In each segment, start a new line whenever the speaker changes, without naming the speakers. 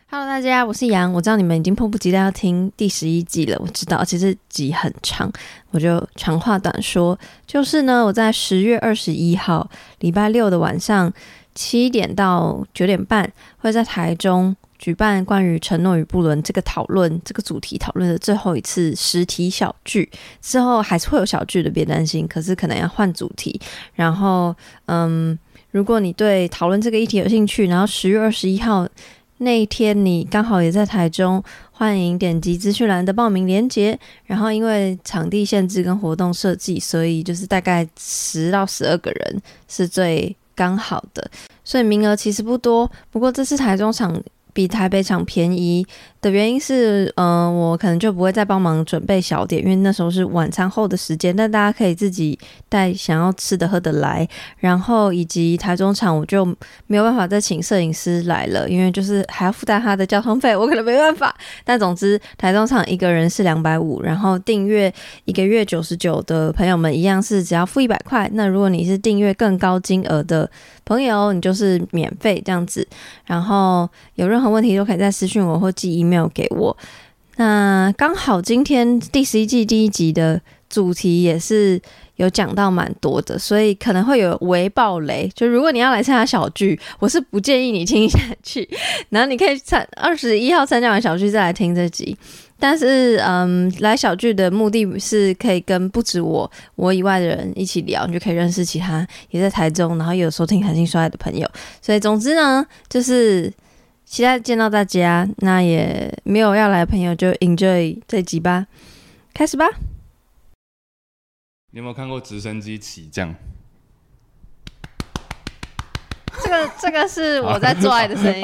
Hello， 大家，我是杨。我知道你们已经迫不及待要听第11季了，我知道，其实集很长，我就长话短说。就是呢，我在10月21号礼拜六的晚上7点到9点半，会在台中举办关于承诺与不伦这个主题讨论的最后一次实体小聚。之后还是会有小聚的，别担心，可是可能要换主题。然后，如果你对讨论这个议题有兴趣，然后10月21号那一天你刚好也在台中，欢迎点击资讯栏的报名连结。然后因为场地限制跟活动设计，所以就是大概10到12个人是最刚好的，所以名额其实不多。不过这次台中场比台北场便宜的原因是，我可能就不会再帮忙准备小点，因为那时候是晚餐后的时间，但大家可以自己带想要吃的喝的来。然后以及台中场我就没有办法再请摄影师来了，因为就是还要负担他的交通费，我可能没办法。但总之台中场一个人是250，然后订阅1个月99的朋友们一样是只要付100块。那如果你是订阅更高金额的朋友，你就是免费这样子。然后有任何问题都可以再私讯我或寄 email 给我。那刚好今天第11季第1集的主题也是有讲到蛮多的，所以可能会有微爆雷。就如果你要来参加小聚，我是不建议你听下去，然后你可以21号参加完小聚再来听这集。但是来小聚的目的是可以跟不止我以外的人一起聊，你就可以认识其他也在台中然后也有收听谈性说爱的朋友。所以总之呢，就是期待见到大家。那也没有要来的朋友就 enjoy 这集吧，开始吧。
你有没有看过直升机起降？
这个是我在做爱的声音。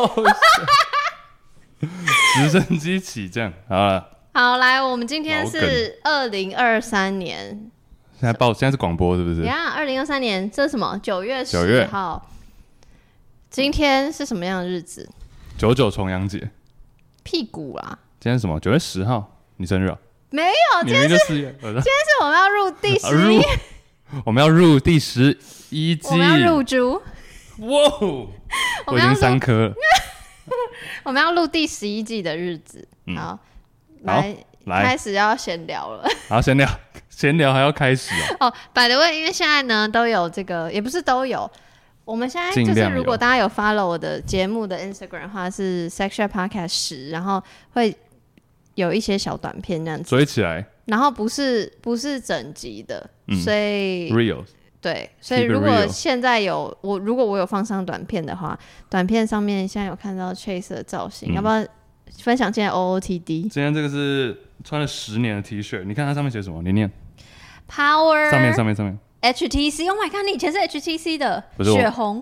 直升机起降，好了。
好，来，我们今天是2023年。
现在是广播是不是？
呀，2023年，这是什么？9月10号。今天是什么样的日子
？99重阳节。
屁股啦！
今天是什么？9月10号，你生日啊？
没有，今天是我们要入第11，
我们要入第11季，
我们要入猪。
哇！我已经3颗了。
我们要录第11季的日子。好，来开始要闲聊了。
好，闲聊还要开始
哦。by the way，因为现在呢都有这个，也不是都有。我们现在就是如果大家有 follow 我的节目的 Instagram 的话，是 Sexual Podcast 10，然后会有一些小短片这样子
追起来，
然后不是整集的，所以
real。
对，所以如果现在如果我有放上短片的话，短片上面现在有看到 Chase 的造型，要不要分享今天 OOTD？
今天这个是穿了10年的 T 恤，你看它上面写什么？你念
Power
上面
HTC。Oh my god， 你以前是 HTC 的？
不是，
血红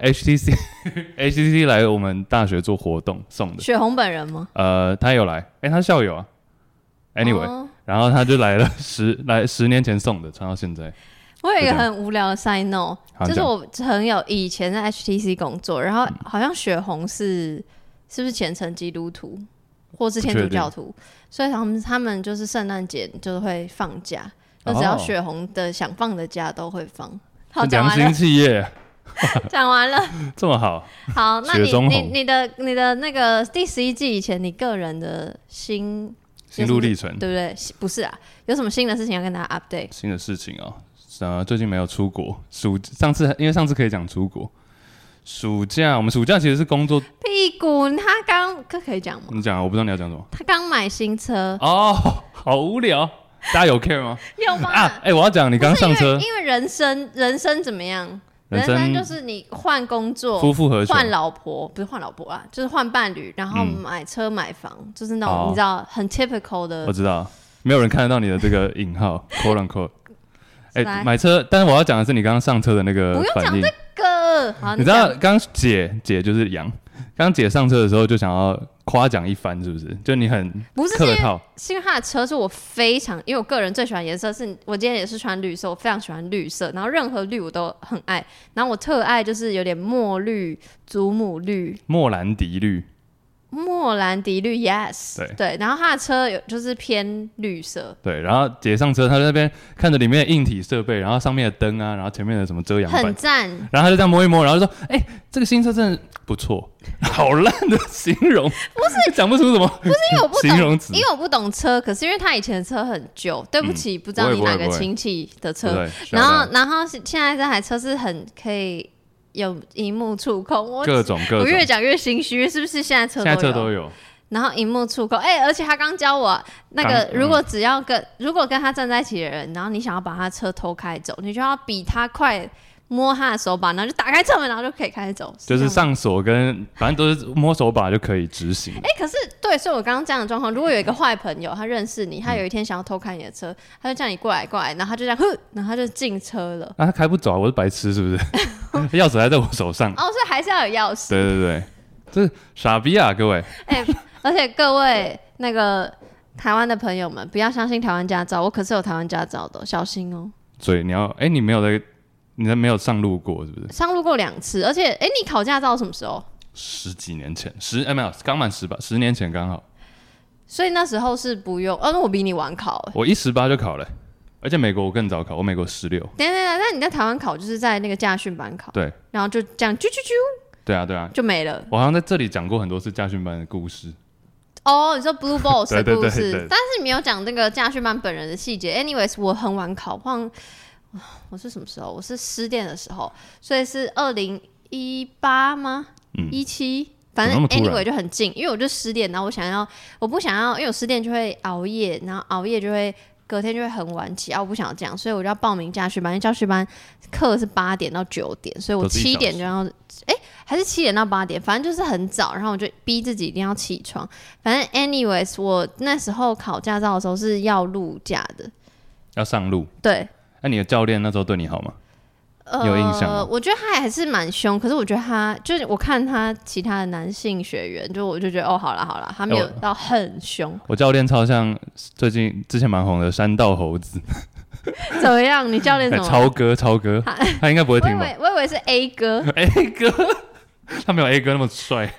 HTC 来我们大学做活动送的。
血红本人吗？
他有来，他是校友啊。Anyway，然后他就来了10年前送的，穿到现在。
我有一个很无聊的 side note， 就是我朋友以前在 HTC 工作，然后好像血红是不是虔诚基督徒或是天主教徒，所以他们就是圣诞节就是会放假，就只要血红的想放的假都会放。好，讲完了。
良心企业。
讲完了。
这么好。
好，那你的那个第11季以前，你个人的心
路历程，对
不对？不是啊，有什么新的事情要跟大家 update？
新的事情哦。最近没有出国，因为上次可以讲出国。我们暑假其实是工作。
屁股，他刚可以讲吗？
你讲啊，我不知道你要讲什么。
他刚买新车。
哦，好无聊。大家有 care 吗？
有吗？
我要讲你刚上车，
因为人生怎么样？人生就是你换工作、
夫复何求、
换老婆，不是换老婆啊，就是换伴侣，然后买车买房，就是那种你知道很 typical 的。我
知道，没有人看得到你的这个引号 ，quote unquote。买车，但是我要讲的是你刚刚上车的那个反应。不用讲这
个，好，
你知道刚姐就是杨，刚姐上车的时候就想要夸奖一番，是不是？就你很客套。
是因为他的车是我非常，因为我个人最喜欢颜色是，我今天也是穿绿色，我非常喜欢绿色，然后任何绿我都很爱，然后我特爱就是有点墨绿、祖母绿、
莫兰迪绿。
莫兰迪绿 ，yes， 对，然后他的车就是偏绿色，
对，然后姐上车，他在那边看着里面的硬体设备，然后上面的灯啊，然后前面的什么遮阳板，
很赞。
然后他就这样摸一摸，然后就说：“这个新车真的不错。”好烂的形容，不是讲不出什么，
不是因为我不懂
形容词，
因为我不懂车，可是因为他以前的车很旧，对不起，不知道你哪个亲戚的车。然后现在这台车是很可以。有萤幕触控，
各种，
我越讲越心虚，是不是？现在车都有。然后萤幕触控，而且他刚教我那个，如果跟他站在一起的人，然后你想要把他车偷开走，你就要比他快摸他的手把，然后就打开车门，然后就可以开走。
就是上锁跟反正都是摸手把就可以执行。
可是对，所以我刚刚这样的状况，如果有一个坏朋友，他认识你，他有一天想要偷开你的车，他就叫你过来，然后他就这样，然后他就进车了。
他开不走，我是白痴是不是？钥匙还在我手上。
所以还是要有钥匙。
对，这是傻逼啊，各位。
而且各位那个台湾的朋友们，不要相信台湾驾照，我可是有台湾驾照的，小心哦。
所以你要，你没有上路过是不是？
上路过2次，而且你考驾照什么时候
？10几年前，没有，刚满10年前刚好。
所以那时候是不用，那我比你晚考。
我18就考了，而且美国我更早考，我美国16。
等，那你在台湾考就是在那个驾训班考，
对，
然后就这样啾啾啾，
对啊，
就没了。
我好像在这里讲过很多次驾训班的故事。
你说 Blue Balls 的故事，但是你没有讲那个驾训班本人的细节。Anyways， 我很晚考，我是什么时候？我是失恋的时候，所以是2018吗？17，反正 anyway 就很近，因为我就失恋，然后我不想要，因为我失恋就会熬夜，然后熬夜就会隔天就会很晚起，我不想要这样，所以我就要报名驾训班，因为驾训班课是8点到9点，所以我7点就要，还是7点到8点，反正就是很早，然后我就逼自己一定要起床。反正 anyways， 我那时候考驾照的时候是要路驾的，
要上路。对。你的教练那时候对你好吗？有印象吗？
我觉得他还是蛮凶，可是我觉得他就是我看他其他的男性学员，我就觉得好了，他没有到很凶。
我教练超像之前蛮红的山道猴子。
怎么样？你教练什么？
超哥，他应该不会听吧？
我以为是 A 哥。
A 哥，他没有 A 哥那么帅。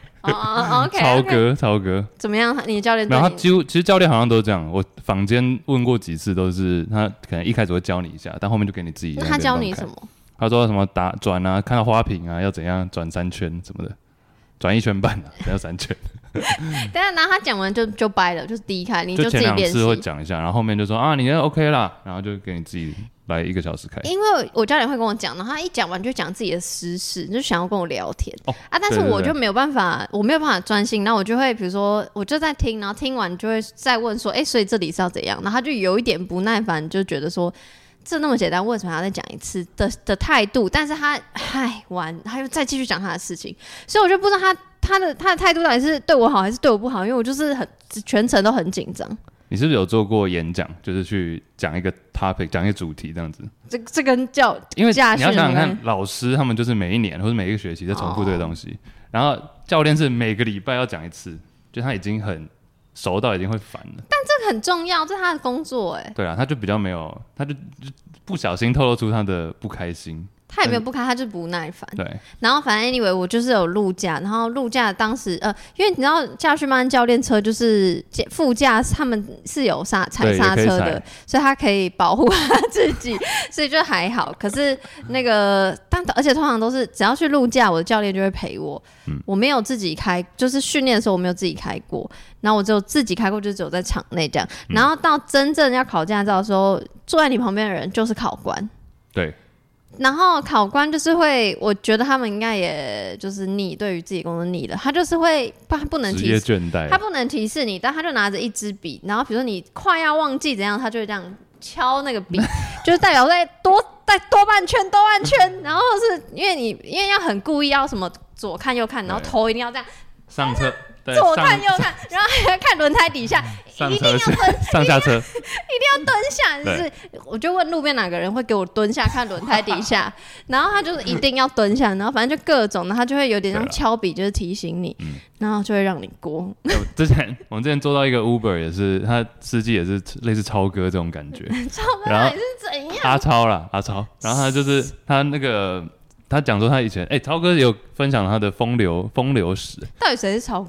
OK，
超哥
怎么样？你的教练
没有他其实教练好像都是这样。我坊间问过几次，都是他可能一开始会教你一下，但后面就给你自己。
那他教你什么？
他说什么转啊，看到花瓶啊要怎样转3圈什么的，转1圈半啊，怎样3圈。
等下，然后他讲完就掰了，就是离开，你就自己练习。
前2次会讲一下，然后后面就说你 OK 啦，然后就给你自己来1个小时开。
因为我教练会跟我讲，然后他一讲完就讲自己的私事，就想要跟我聊天。但是我就没有办法，我没有办法专心，然后我就会比如说我就在听，然后听完就会再问说，所以这里是要怎样？然后他就有一点不耐烦，就觉得说这那么简单，为什么还要再讲一次的态度？但是他他又再继续讲他的事情，所以我就不知道他的态度到底是对我好还是对我不好，因为我就是全程都很紧张。
你是不是有做过演讲，就是去讲一个 topic， 讲一个主题这样子？
这跟
因为你要想想看，老师他们就是每一年或者每一个学期在重复这个东西，然后教练是每个礼拜要讲一次，就他已经很熟到已经会烦了。
但这个很重要，这是他的工作
对啊，他就比较没有，他就不小心透露出他的不开心。
他也没有不开，他就是不耐烦。
对，
然后反正 anyway 我就是有路驾，然后路驾当时因为你知道驾训班教练车就是副驾他们是有踩刹车的，所以他可以保护他自己，所以就还好。可是那个而且通常都是只要去路驾，我的教练就会陪我。我没有自己开，就是训练的时候我没有自己开过，然后我只有自己开过，就只有在场内这样。然后到真正要考驾照的时候，坐在你旁边的人就是考官。
对。
然后考官就是会，我觉得他们应该也就是对于自己工作腻了，他就是会他不能提示，他不能提示你，但他就拿着一支笔，然后比如说你快要忘记怎样，他就会这样敲那个笔，就是代表再多半圈，然后是因为要很故意要什么左看右看，然后头一定要这样
上车。
左看右看，然后还要看轮胎底下，一定要蹲
上下车，
一定要蹲下。就是我就问路边哪个人会给我蹲下看轮胎底下，然后他就是一定要蹲下，然后反正就各种，然后他就会有点像敲笔，就是提醒你，然后就会让你过。
我们之前做到一个 Uber 也是，他司机也是类似超哥这种感觉，
超哥到底是怎样？
阿超，然后他就是他那个。他讲说他以前超哥也有分享他的风流史。
到底谁是超哥？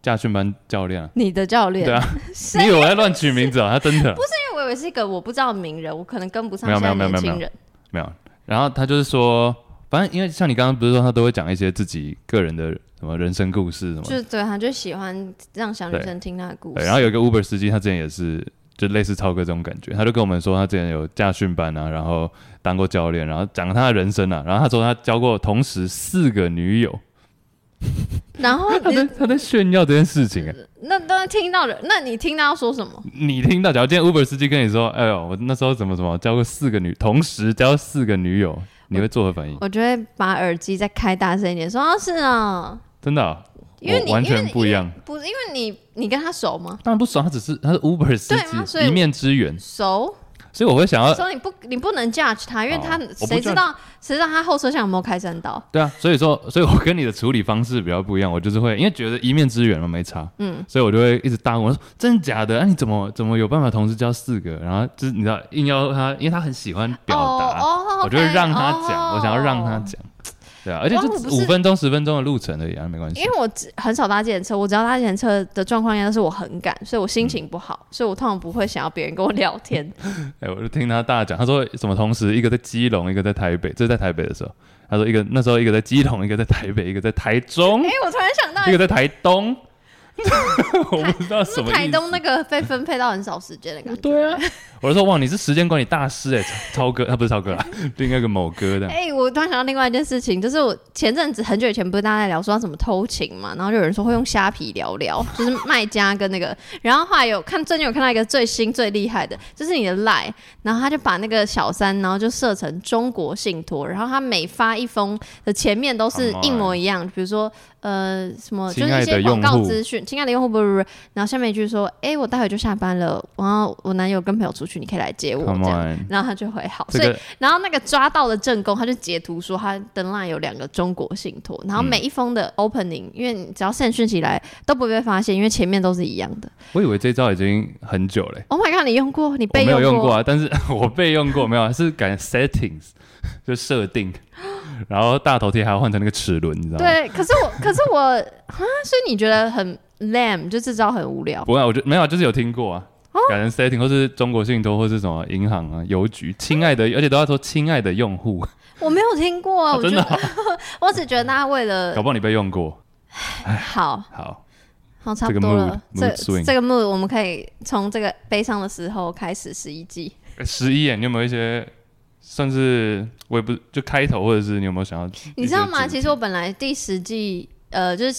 驾训班教练啊。
你的教练？
对啊，你以为我在乱取名字啊？他真的
不是，因为我以为是一个我不知道的名人，我可能跟不上现在年轻人。
没有。然后他就是说，反正因为像你刚刚不是说他都会讲一些自己个人的什么人生故事什么，
就是对，他就喜欢让小女生听他的故事。
对，然后有一个 Uber 司机，他之前也是就类似超哥这种感觉，他就跟我们说他之前有驾训班啊，然后当过教练，然后讲他的人生啊，然后他说他交过同时4个女友。
然后
他在炫耀这件事情哎，
那听到的，那你听到要说什么？
你听到，假如今天 Uber 司机跟你说，哎呦，我那时候怎么交过同时交4个女友，你会作何反应？
我就会把耳机再开大声一点，说啊是啊，
真的啊，
因为你
完全不一样。
不是因为你跟他熟吗？
当然不熟，他是 Uber 司机，一面之缘。
熟。
所以我会想要，
所以你不能 judge 他，因为他谁知道他后车厢有没有开山道？
对啊，所以我跟你的处理方式比较不一样，我就是会因为觉得一面之缘嘛没差，所以我就会一直大问我说真的假的？啊你怎么有办法同时交4个？然后就是你知道硬要他，因为他很喜欢表达，我就会让他讲，我想要让他讲。对啊，而且就5分钟10分钟的路程而已啊，没关系。
因为我很少搭计程车，我只要搭计程车的状况下都是我很赶，所以我心情不好，所以我通常不会想要别人跟我聊天。
我就听他大讲，他说什么同时一个在基隆，一个在台北，这是在台北的时候，他说那时候一个在基隆，一个在台北，一个在台中，
我突然想到
一个在台东。我不知道什么意思。
台东那个被分配到很少时间的感觉。
对啊，我就说哇，你是时间管理大师超哥，他不是超哥啦，另外一个某哥的。
我突然想到另外一件事情，就是我前阵子很久以前不是大家在聊说要怎么偷情嘛，然后就有人说会用虾皮聊聊，就是卖家跟那个，然后后来最近有看到一个最新最厉害的，就是你的 LINE， 然后他就把那个小三，然后就设成中国信托，然后他每发一封的前面都是一模一样，比如说什么就是一些广告资讯，亲爱的用户不，然后下面一句说，我待会就下班了，然后我男友跟朋友出去，你可以来接我这样，然后他就会好，所以然后那个抓到的正宫他就截图说他的 LINE 有2个中国信托，然后每一封的 opening，因为你只要 send 讯息来都不会被发现，因为前面都是一样的。
我以为这招已经很久了。
Oh my god， 你用过？你备用过？
我没有用过啊，但是我备用过，没有，是改 settings 就设定。然后大头贴还要换成那个齿轮，你知道吗？
对，可是我所以你觉得很 lame， 就这招很无聊？
不会，我觉得没有，就是有听过啊，改成 setting 或是中国信托或是什么银行啊、邮局，亲爱的，而且都要说亲爱的用户。
我没有听过啊，
真的
我只觉得大家为了，
搞不好你被用过。
好，差不多了。这个 mood 我们可以从这个悲伤的时候开始11季。
11，你有没有一些？算是我也不就开头，或者是你有没有想要？
你知道吗？其实我本来第10季，就是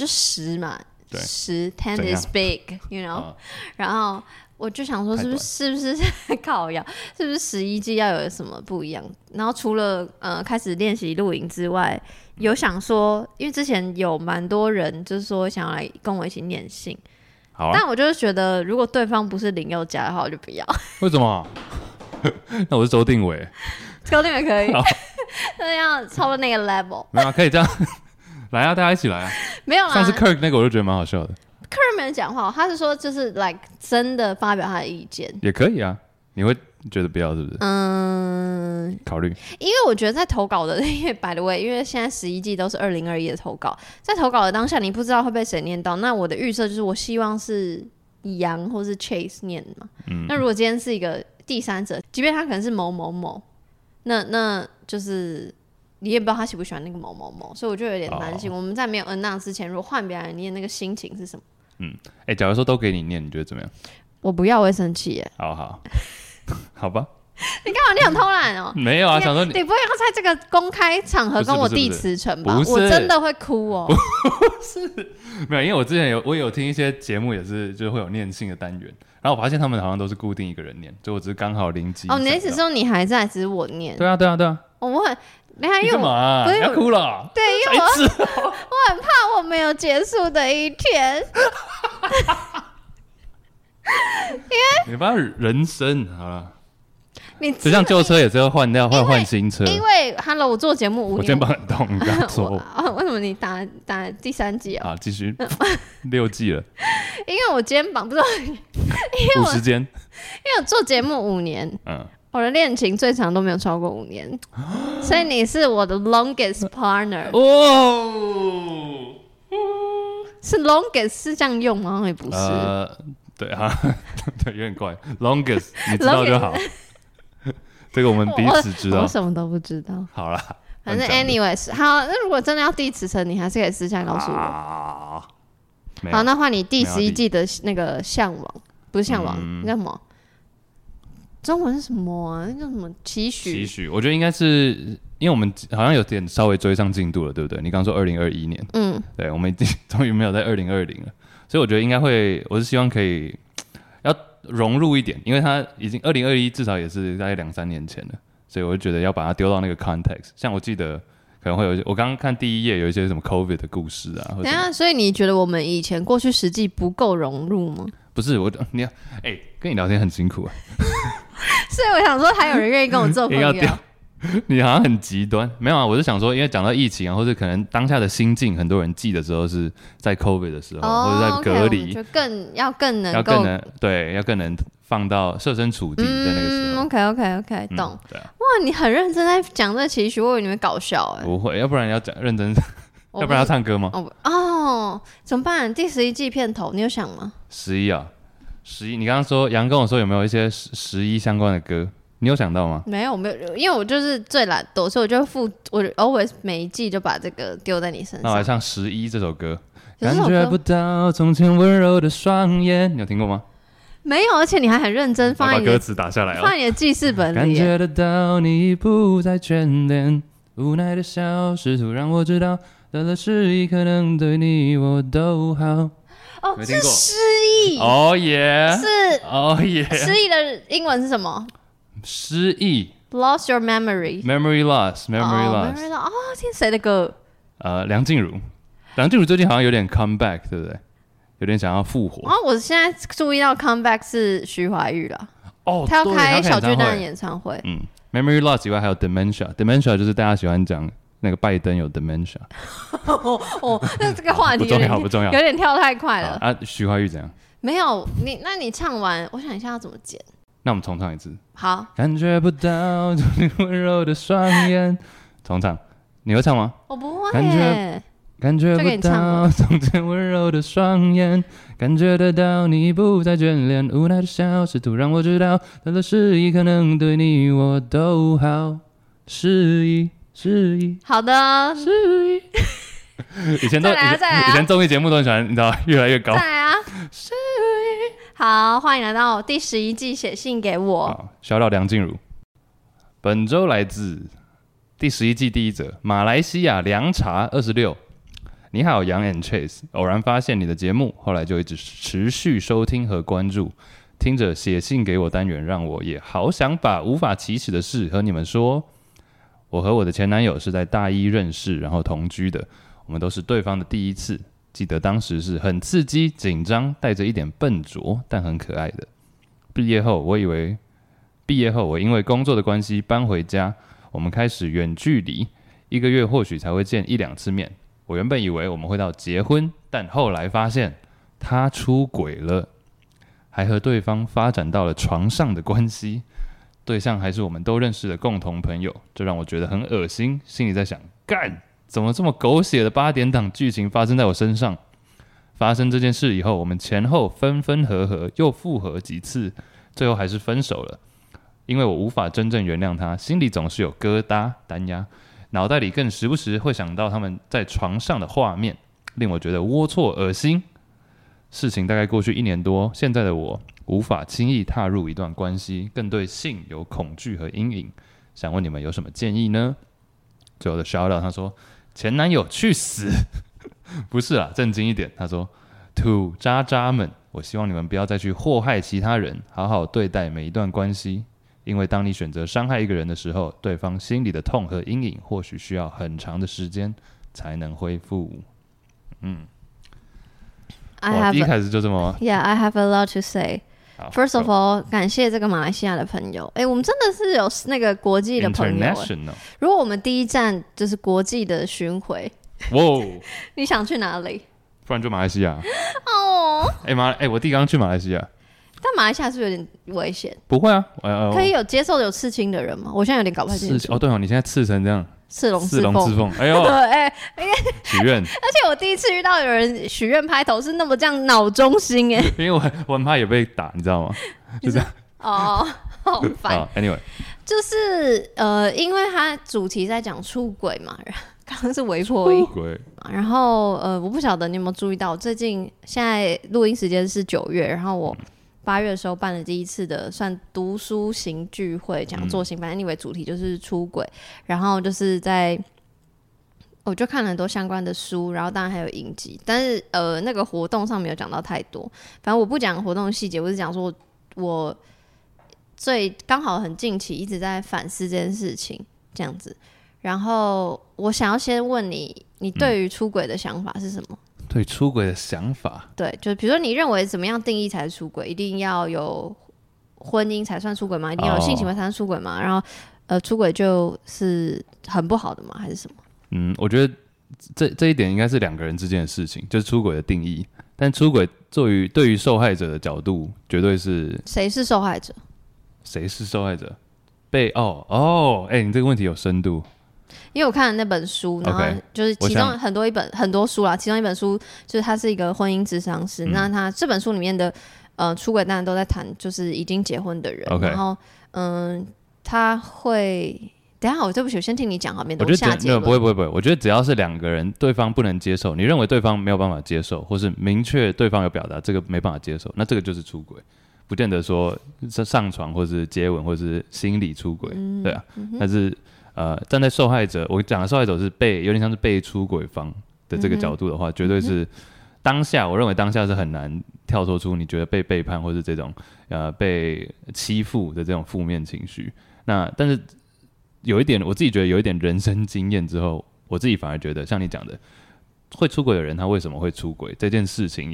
10嘛，10 10 is big，you know，然后我就想说，是不是靠腰，是不是11季要有什么不一样？然后除了开始练习录影之外，有想说，因为之前有蛮多人就是说想要来跟我一起念信，
好啊，
但我就是觉得如果对方不是林宥嘉的话，我就不要。
为什么？那我是周定伟，
周定伟可以，那要超过那个 level。
没有啊，可以这样来啊，大家一起来啊。
没有啦，
上次 Kirk 那个我就觉得蛮好笑的。
Kirk 没有讲话，他是说就是 like 真的发表他的意见
也可以啊。你会觉得不要是不是？考虑。
因为我觉得在投稿的，因为 by the way， 因为现在11季都是2021的投稿，在投稿的当下，你不知道会被谁念到。那我的预设就是，我希望是杨或是 Chase 念嘛。那如果今天是一个第三者，即便他可能是某某某，那就是你也不知道他喜不喜欢那个某某某，所以我就有点担心。我们在没有 announce 之前，如果换别人念，那个心情是什么？
假如说都给你念，你觉得怎么样？
我不要，我会生气耶。
好，好吧。
你干嘛？你很偷懒哦？
没有啊，想说
你不会要在这个公开场合跟我弟辞呈吧？我真的会哭哦。
不是，没有，因为我之前我有听一些节目，也是就是会有念信的单元，然后我发现他们好像都是固定一个人念，所以我只是刚好灵机。
你的意思说你还在，只是我念？
对啊。
我很，你干
嘛？不要哭了。
对，因为我很怕我没有结束的一天。
你不要人生好了。就像旧车也是要换掉，换新车。
因为 Hello， 我做节目5年，
我肩膀很痛，你不要说。
为什么你打第3季啊？
好，继续6季了。
因为我肩膀不知道
50间，
因为我做节目5年，我的恋情最长都没有超过5年，所以你是我的 longest partner。 是 longest 是这样用吗？好像也不是。
对啊，对，有点怪。longest 你知道就好。这个我们彼此知道。
我什么都不知道。
好啦，
反正 anyways， 好，那如果真的要第几层，你还是可以私下告诉我。好，那换你第11季的那个向往，不是向往，那叫什么？中文是什么啊？那叫什么？期许？
期许，我觉得应该是，因为我们好像有点稍微追上进度了，对不对？你刚说2021年，对，我们已经终于没有在2020了，所以我觉得应该会，我是希望可以要融入一点，因为它已经2021至少也是大概2-3年前了，所以我就觉得要把它丢到那个 context。像我记得可能会有，我刚刚看第1页有一些什么 COVID 的故事啊。
等一下，所以你觉得我们以前过去实际不够融入吗？
不是，你跟你聊天很辛苦啊。
所以我想说，还有人愿意跟我做朋友。
你好像很极端，没有啊？我是想说，因为讲到疫情啊，或者可能当下的心境，很多人记的时候是在 COVID 的时候，或者在隔离，
就更能够
要更能放到设身处地在那个时候。
OK， 懂。对啊。哇，你很认真在讲这期许，我以为你会搞笑
不会，要不然要讲认真，要不然要唱歌吗？
怎么办？第11季片头，你有想吗
？11啊，11，你刚刚说杨跟我说有没有一些11相关的歌？你有想到吗？
没有，因为我就是最懒惰，所以我 always 每一季就把这个丢在你身上。
那我来唱11这首歌。感觉不到从前温柔的双眼，你有听过吗？
没有，而且你还很认真
把歌词打下来
放在你的记事本里。
感觉得到你不再眷恋，无奈的笑试图让我知道，得了失忆可能对你我都好。
是失忆。
是
失忆的英文是什么？
失忆
，lost your memory
loss。
听谁的歌？
梁静茹最近好像有点 come back， 对不对？有点想要复活。
我现在注意到 come back 是徐怀钰啦。他要开小巨蛋的演唱会。
Memory loss 以外还有 dementia 就是大家喜欢讲那个拜登有 dementia。
那这个话题
不重要，
有点跳太快了。
徐怀钰怎样？
没有那你唱完，我想一下要怎么剪。
那我们重唱一次。
好。
感觉不到你温柔的双眼。重唱，你会唱吗？
我不会。
感觉不到从前温柔的双眼，感觉得到你不再眷恋，无奈的笑试图让我知道，得了失忆可能对你我都好。失忆。
好的。
失忆。以前综艺节目都很喜欢，你知道，越来越高。
再来啊。失忆。好，欢迎来到第11季写信给我。
小老梁静茹。本周来自第11季第1则，马来西亚凉茶26。你好，杨 and Chase， 偶然发现你的节目，后来就一直持续收听和关注，听着写信给我单元，让我也好想把无法启齿的事和你们说。我和我的前男友是在大一认识，然后同居的，我们都是对方的第一次。记得当时是很刺激、紧张，带着一点笨拙，但很可爱的。毕业后我因为工作的关系搬回家，我们开始远距离，1个月或许才会见1-2次面。我原本以为我们会到结婚，但后来发现他出轨了，还和对方发展到了床上的关系，对象还是我们都认识的共同朋友，这让我觉得很恶心，心里在想，干，怎么这么狗血的8点档剧情发生在我身上？发生这件事以后，我们前后分分合合，又复合几次，最后还是分手了。因为我无法真正原谅他，心里总是有疙瘩单压，脑袋里更时不时会想到他们在床上的画面，令我觉得龌龊恶心。事情大概过去1年多，现在的我无法轻易踏入一段关系，更对性有恐惧和阴影。想问你们有什么建议呢？最后的 shout out， 他说前男友去死。不是啦，正经一点。他说土渣渣们，我希望你们不要再去祸害其他人，好好对待每一段关系。因为当你选择伤害一个人的时候，对方心里的痛和阴影或许需要很长的时间才能恢复。我第一开始就这么。
Yeah, I have a lot to say. First of all， 感谢这个马来西亚的朋友。我们真的是有那个国际的朋友。如果我们第一站就是国际的巡回，你想去哪里？
不然就马来西亚。我弟刚去马来西亚。
但马来西亚是不是有点危险？
不会啊，
可以有接受有刺青的人吗？我现在有点搞不太清楚。
对哦，你现在刺成这样。
刺龙
刺凤，哎呦，
对，
许愿。
而且我第一次遇到有人许愿拍头是那么这样脑中心哎，
因为我很怕也被打，你知道吗？就这样。
哦，好烦。
Anyway，
就是因为它主题在讲出轨嘛，刚刚是微破音。然后我不晓得你有没有注意到，最近现在录音时间是9月，然后我8月的时候办了第一次的算读书型聚会讲座型，反正anyway主题就是出轨，然后就是我就看了很多相关的书，然后当然还有影集，但是那个活动上没有讲到太多，反正我不讲活动的细节，我是讲说我刚好很近期一直在反思这件事情这样子，然后我想要先问你对于出轨的想法是什么？
对出轨的想法，
对，就比如说你认为怎么样定义才是出轨？一定要有婚姻才算出轨吗？一定要有性行为才算出轨吗？然后出轨就是很不好的吗？还是什么？
我觉得这一点应该是2个人之间的事情，就是出轨的定义。但出轨对于受害者的角度，绝对是
谁是受害者？
谁是受害者？你这个问题有深度。
因为我看了那本书，然后就是其中很多书啦，其中一本书就是他是一个婚姻咨商师，那他这本书里面的出轨当然都在谈就是已经结婚的人，然后他会等一下对不起，我先听你讲好，免得我下结论。
不会，我觉得只要是2个人对方不能接受，你认为对方没有办法接受，或是明确对方有表达这个没办法接受，那这个就是出轨，不见得说上床或是接吻或是心理出轨，对啊，但是站在受害者，我讲的受害者是有点像是被出轨方的这个角度的话，绝对是我认为当下是很难跳脱出你觉得被背叛或是这种被欺负的这种负面情绪。那但是有一点，我自己觉得有一点人生经验之后，我自己反而觉得像你讲的，会出轨的人他为什么会出轨这件事情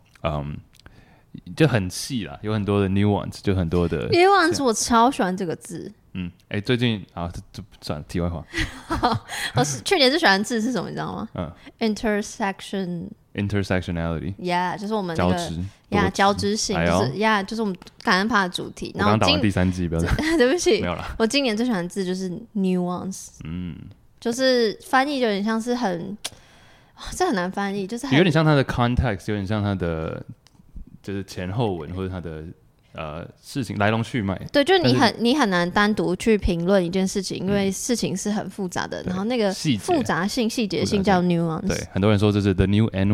就很细啦，有很多的 nuance， 就很多的
nuance， 我超喜欢这个字。
最近这算了，题外话。
我去年最喜欢的字是什么，你知道吗？intersectionality， 就是我们那个交织性，就是我们感恩趴的主题。
我刚打完第3季，不要
对不起，
没有啦。
我今年最喜欢的字就是 nuance，就是翻译有点像是这很难翻译，就是
有点像它的 context， 有点像它的就是前后文或者它的事情来龙去脉。对，
就是你很难单独去评论一件事情，因为事情是很复杂的，然后那个复杂性、细节性叫 nuance。
对，很多人说这是 the new N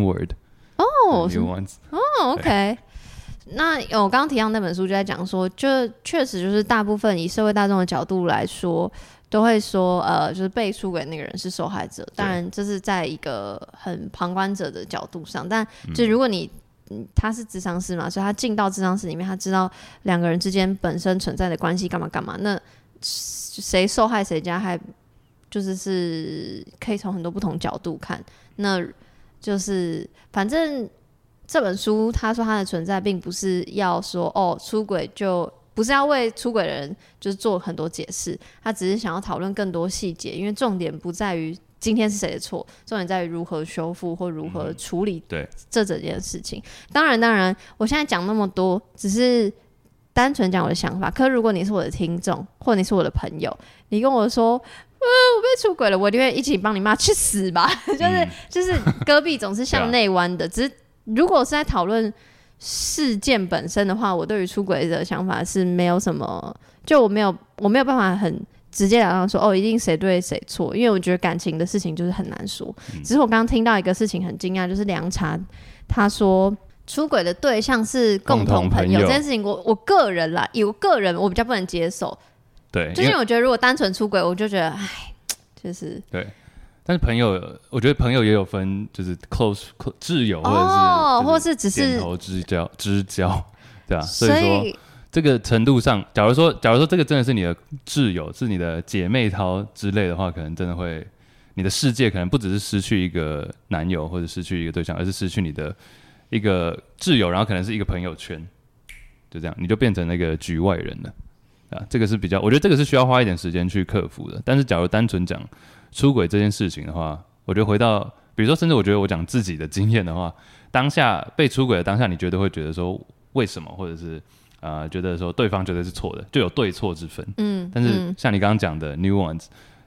word。nuance。
OK。那我刚刚提到那本书就在讲说，就确实就是大部分以社会大众的角度来说，都会说就是被出轨那个人是受害者。当然这是在一个很旁观者的角度上，但就如果他是咨商师嘛，所以他进到咨商室里面，他知道2个人之间本身存在的关系干嘛干嘛，那谁受害谁加害，就是可以从很多不同角度看。那就是反正这本书他说他的存在并不是要说出轨就不是要为出轨的人就是做很多解释，他只是想要讨论更多细节，因为重点不在于今天是谁的错，重点在于如何修复或如何处理这整件事情。当然我现在讲那么多只是单纯讲我的想法，可如果你是我的听众或你是我的朋友，你跟我说我被出轨了，我一定会一起帮你骂去死吧。就是戈壁总是向内弯的。只是如果是在讨论事件本身的话，我对于出轨的想法是没有什么，就我没有办法很直截了当说一定谁对谁错，因为我觉得感情的事情就是很难说。只是我刚刚听到一个事情很惊讶，就是凉茶他说出轨的对象是共同朋友这件事情，我个人我比较不能接受。
对，
就是因为我觉得如果单纯出轨，我就觉得就是对。
但是朋友，我觉得朋友也有分，就是 close 挚友，或者是
只是
点头之交，对啊。所以说这个程度上，假如说这个真的是你的挚友，是你的姐妹淘之类的话，可能真的会，你的世界可能不只是失去一个男友或者失去一个对象，而是失去你的一个挚友，然后可能是一个朋友圈，就这样，你就变成那个局外人了。这个是比较，我觉得这个是需要花一点时间去克服的。但是假如单纯讲出轨这件事情的话，我觉得回到，比如说，甚至我觉得我讲自己的经验的话，当下被出轨的当下，你觉得会觉得说为什么，或者是觉得说对方绝对是错的，就有对错之分。但是像你刚刚讲的 nuance，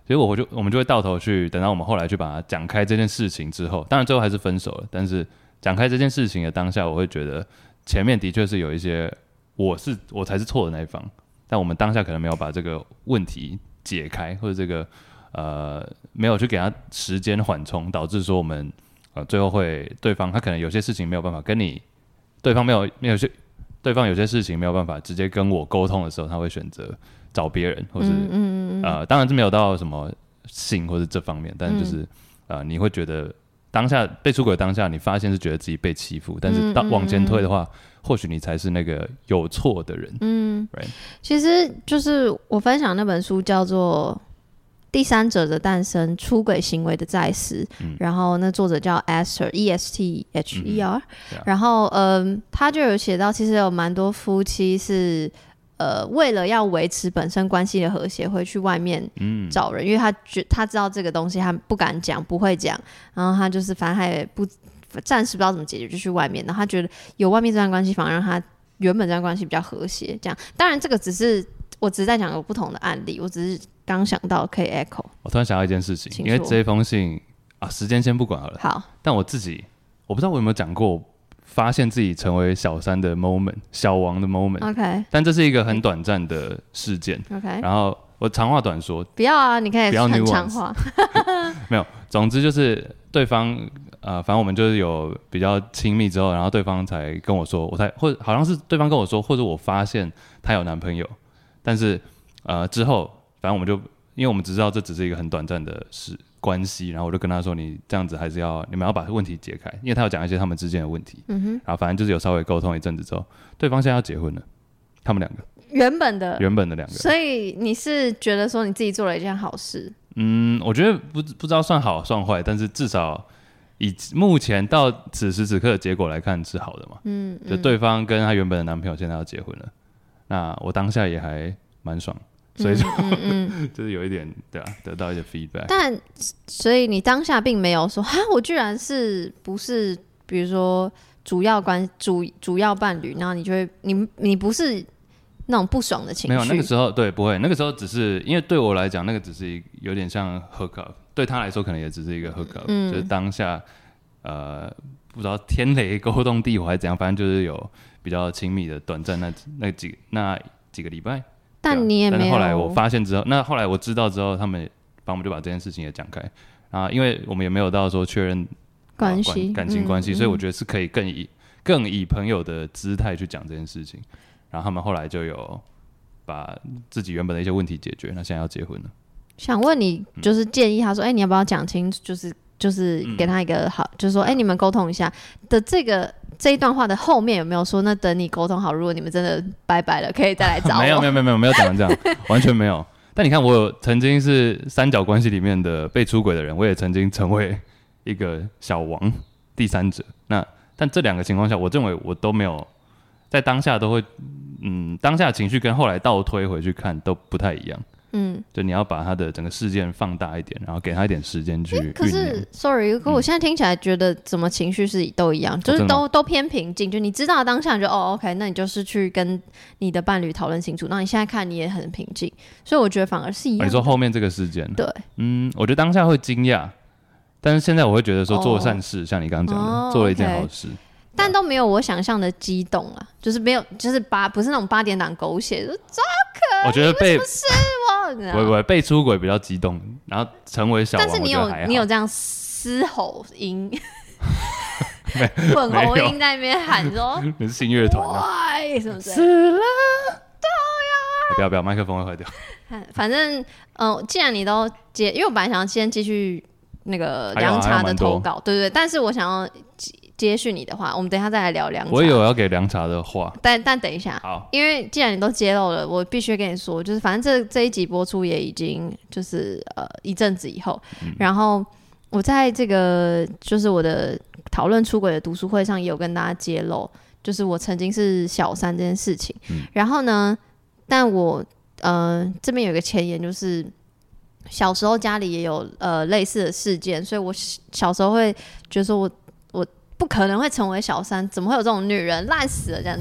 所以我们就会到头去，等到我们后来去把它讲开这件事情之后，当然最后还是分手了，但是讲开这件事情的当下，我会觉得前面的确是有一些我才是错的那一方，但我们当下可能没有把这个问题解开，或者这个没有去给他时间缓冲，导致说我们最后会对方他可能有些事情没有办法跟你，对方有些事情没有办法直接跟我沟通的时候，他会选择找别人，或是当然是没有到什么性或是这方面，但就是你会觉得当下被出轨的当下，你发现是觉得自己被欺负，但是往前推的话，或许你才是那个有错的人。right?
其实就是我分享那本书叫做第三者的诞生，出轨行为的再思，然后那作者叫 Esther E-S-T-H-E-R，然后他就有写到，其实有蛮多夫妻是为了要维持本身关系的和谐，会去外面找人，因为他知道这个东西他不敢讲，不会讲，然后他就是反正他也不暂时不知道怎么解决，就去外面，然后他觉得有外面这段关系反而让他原本这段关系比较和谐，这样。当然这个我只是在讲有不同的案例，我只是刚想到可以 echo。我
突然想到一件事情，因为这封信时间先不管好了。
好，
但我不知道我有没有讲过，发现自己成为小三的 moment， 小王的 moment。OK， 但这是一个很短暂的事件。OK， 然后我长话短说，
不要啊，你可以很长话。
没有，总之就是对方反正我们就是有比较亲密之后，然后对方才跟我说，或者好像是对方跟我说，或者我发现他有男朋友，但是之后反正我们就因为我们只知道这只是一个很短暂的关系，然后我就跟他说，你这样子还是你们要把问题解开，因为他有讲一些他们之间的问题，然后反正就是有稍微沟通一阵子之后，对方现在要结婚了，他们两个
原本的
两个，
所以你是觉得说你自己做了一件好事？
我觉得不知道算好算坏，但是至少以目前到此时此刻的结果来看是好的嘛。就对方跟他原本的男朋友现在要结婚了，那我当下也还蛮爽，所以就就是有一点对啊，得到一些 feedback。
但所以你当下并没有说我居然不是比如说主要伴侣，然后你就会你不是那种不爽的情绪。
没有，那个时候对不会，那个时候只是因为对我来讲，那个只是有点像 hook up， 对他来说可能也只是一个 hook up，就是当下不知道天雷勾动地火还是怎样，反正就是有比较亲密的短暂那几个礼拜。
但你也没有。
但是后来我发现之后，那后来我知道之后，我们就把这件事情也讲开啊，因为我们也没有到说确认感情关系，所以我觉得是可以更以朋友的姿态去讲这件事情。然后他们后来就有把自己原本的一些问题解决，那现在要结婚了。
想问你，就是建议他说，你要不要讲清楚，就是给他一个好，就是说，你们沟通一下的这一段话的后面有没有说，那等你沟通好，如果你们真的拜拜了，可以再来找我？
没有讲成这样，完全没有。但你看，我曾经是三角关系里面的被出轨的人，我也曾经成为一个小王第三者。但这两个情况下，我认为我都没有在当下都会，当下情绪跟后来倒推回去看都不太一样。就你要把他的整个事件放大一点，然后给他一点时间去酝酿。可是
，sorry， 可我现在听起来觉得怎么情绪是都一样，就是都偏平静。就你知道当下你就OK， 那你就是去跟你的伴侣讨论清楚。那你现在看你也很平静，所以我觉得反而是一样的。
你说后面这个事件？
对，
我觉得当下会惊讶，但是现在我会觉得说做善事，像你刚刚讲的，做了一件好事。
但都没有我想象的激动啊，就是没有，就是不是那种8点档狗血，就抓可。
我觉得被出轨比较激动，然后成为小王，
但是你有这样嘶吼音，混喉音在那边喊说，
你是新乐团啊？
什么
死了都要不要，麦克风会坏掉。
反正既然你都因为我本来想要先继续那个凉茶的投稿，对，但是我想要接续你的话，我们等一下再来聊凉茶。
我有要给凉茶的话，
但等一下，好，因为既然你都揭露了，我必须跟你说，就是反正这一集播出也已经就是一阵子以后，然后我在这个就是我的讨论出轨的读书会上也有跟大家揭露，就是我曾经是小三这件事情。然后呢，但我这边有一个前言，就是小时候家里也有类似的事件，所以我小时候会觉得说我不可能会成为小三，怎么会有这种女人，烂死了这样子。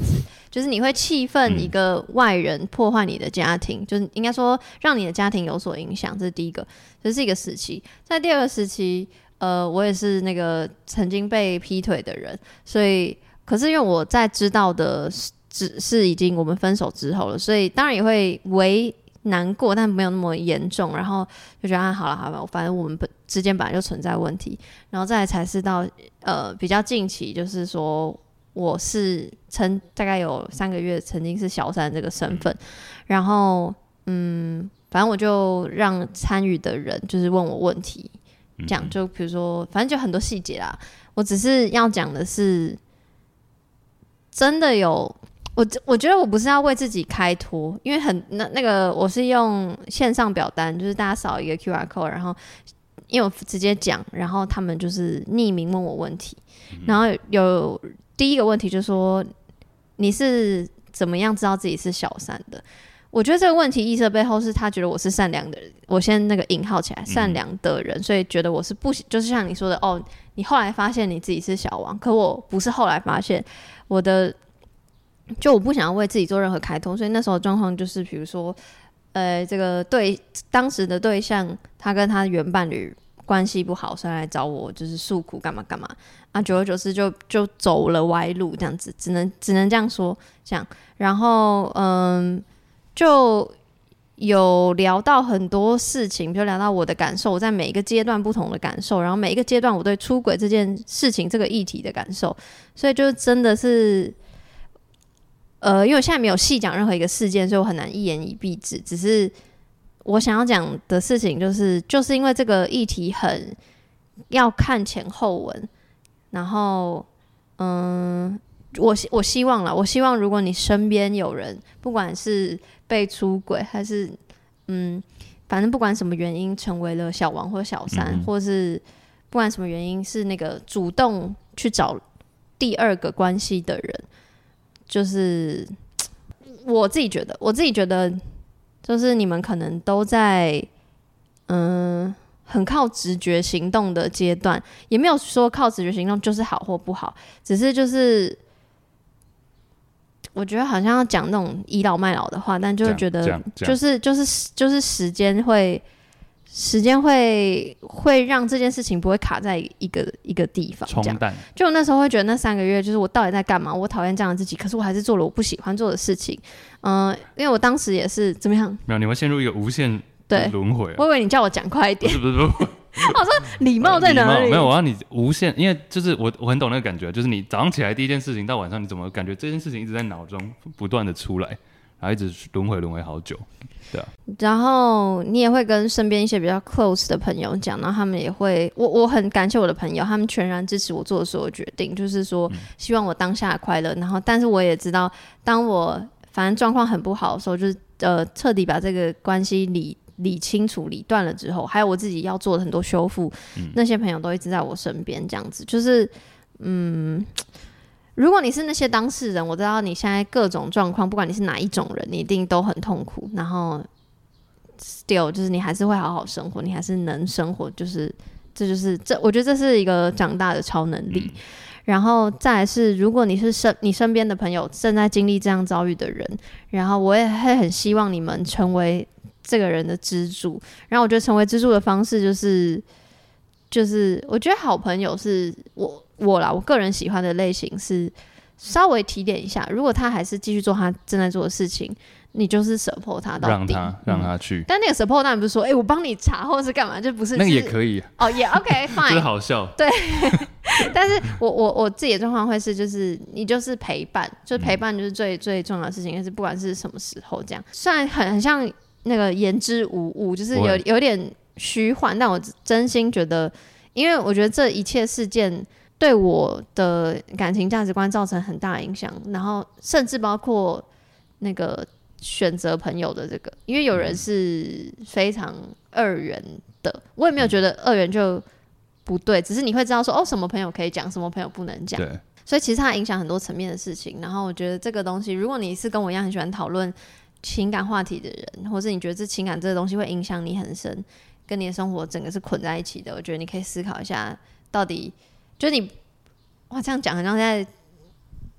就是你会气愤一个外人破坏你的家庭，就是应该说让你的家庭有所影响，这是第一个，这是一个时期。在第二个时期，我也是那个曾经被劈腿的人，所以可是因为我在知道的只是已经我们分手之后了，所以当然也会为难过，但没有那么严重，然后就觉得好了，反正我们之间本来就存在问题，然后再来才是到比较近期，就是说我是大概有3个月曾经是小三这个身份，然后反正我就让参与的人就是问我问题，这样就比如说反正就很多细节啦，我只是要讲的是真的有。我觉得我不是要为自己开脱，因为那个我是用线上表单，就是大家扫一个 QR code， 然后因为我直接讲，然后他们就是匿名问我问题，然后有第一个问题就是说你是怎么样知道自己是小三的？我觉得这个问题意识背后是他觉得我是善良的人，我先那个引号起来，善良的人，所以觉得我是不就是像你说的哦，你后来发现你自己是小王，可我不是后来发现就我不想要为自己做任何开脱，所以那时候的状况就是，比如说，这个当时的对象，他跟他原伴侣关系不好，所以来找我就是诉苦干嘛干嘛啊，久而久之就走了歪路，这样子，只能这样说，这样，然后就有聊到很多事情，就聊到我的感受，我在每一个阶段不同的感受，然后每一个阶段我对出轨这件事情这个议题的感受，所以就真的是。因为我现在没有细讲任何一个事件，所以我很难一言以蔽之。只是我想要讲的事情，就是因为这个议题很要看前后文，然后我希望如果你身边有人，不管是被出轨还是反正不管什么原因成为了小王或小三，或是不管什么原因是那个主动去找第二个关系的人。就是我自己觉得，就是你们可能都在很靠直觉行动的阶段，也没有说靠直觉行动就是好或不好，只是就是我觉得好像要讲那种倚老卖老的话，但就会觉得就是时间会让这件事情不会卡在一个地方，冲淡。就我那时候会觉得那3个月就是我到底在干嘛？我讨厌这样的自己，可是我还是做了我不喜欢做的事情。因为我当时也是怎么样？
没有，你会陷入一个无限轮回。
我以为你叫我讲快一点。
不是。
我说礼貌在哪里？
没有，我要你无限，因为就是我很懂那个感觉，就是你早上起来第一件事情到晚上，你怎么感觉这件事情一直在脑中不断的出来，然后一直轮回好久。对啊，
然后你也会跟身边一些比较 close 的朋友讲，然后他们也会，我很感谢我的朋友，他们全然支持我做的所有决定，就是说希望我当下的快乐。然后，但是我也知道，当我反正状况很不好的时候，就是彻底把这个关系理清楚、理断了之后，还有我自己要做的很多修复，那些朋友都一直在我身边，这样子就是如果你是那些当事人，我知道你现在各种状况，不管你是哪一种人，你一定都很痛苦。然后 still 就是你还是会好好生活，你还是能生活，就是我觉得这是一个长大的超能力。然后再来是，如果你是你身边的朋友正在经历这样遭遇的人，然后我也会很希望你们成为这个人的支柱。然后我觉得成为支柱的方式就是我觉得好朋友是我个人喜欢的类型是稍微提点一下，如果他还是继续做他正在做的事情，你就是 support 他到底，
让他去。
但那个 support 当然不是说我帮你查或者是干嘛，就不是
那个也可以
哦，也 OK fine，
就是好笑。
对，但是我自己的状况会是，就是你就是陪伴，就是陪伴就是最重要的事情，就是不管是什么时候这样。虽然很像那个言之无物，就是有点虚幻，但我真心觉得，因为我觉得这一切事件对我的感情价值观造成很大的影响，然后甚至包括那个选择朋友的这个，因为有人是非常二元的，我也没有觉得二元就不对，只是你会知道说什么朋友可以讲，什么朋友不能讲。对，所以其实它影响很多层面的事情。然后我觉得这个东西，如果你是跟我一样很喜欢讨论情感话题的人，或是你觉得这情感这个东西会影响你很深，跟你的生活整个是捆在一起的，我觉得你可以思考一下，到底就是你这样讲好像在